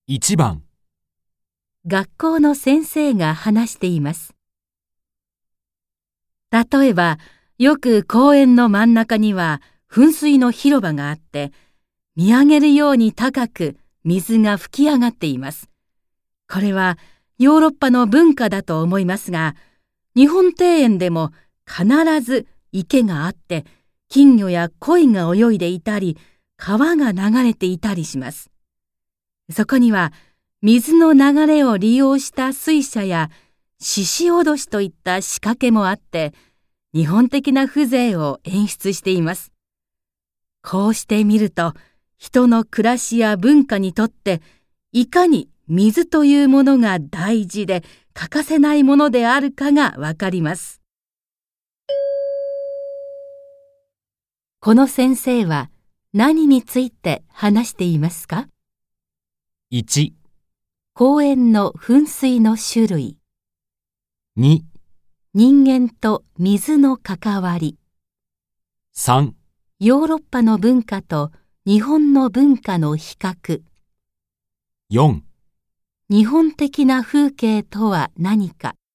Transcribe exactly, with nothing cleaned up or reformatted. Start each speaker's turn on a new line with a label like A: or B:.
A: いちばん
B: 学校の先生が話しています。例えば、よく公園の真ん中には噴水の広場があって、見上げるように高く水が噴き上がっています。これはヨーロッパの文化だと思いますが、日本庭園でも必ず池があって、金魚や鯉が泳いでいたり、川が流れていたりします。そこには水の流れを利用した水車や獅子おどしといった仕掛けもあって、日本的な風情を演出しています。こうして見ると、人の暮らしや文化にとって、いかに水というものが大事で欠かせないものであるかがわかります。この先生は何について話していますか？
A: いち、
B: 公園の噴水の種類。
A: に、
B: 人間と水の関わり。
A: さん、
B: ヨーロッパの文化と日本の文化の比較。
A: よん、
B: 日本的な風景とは何か。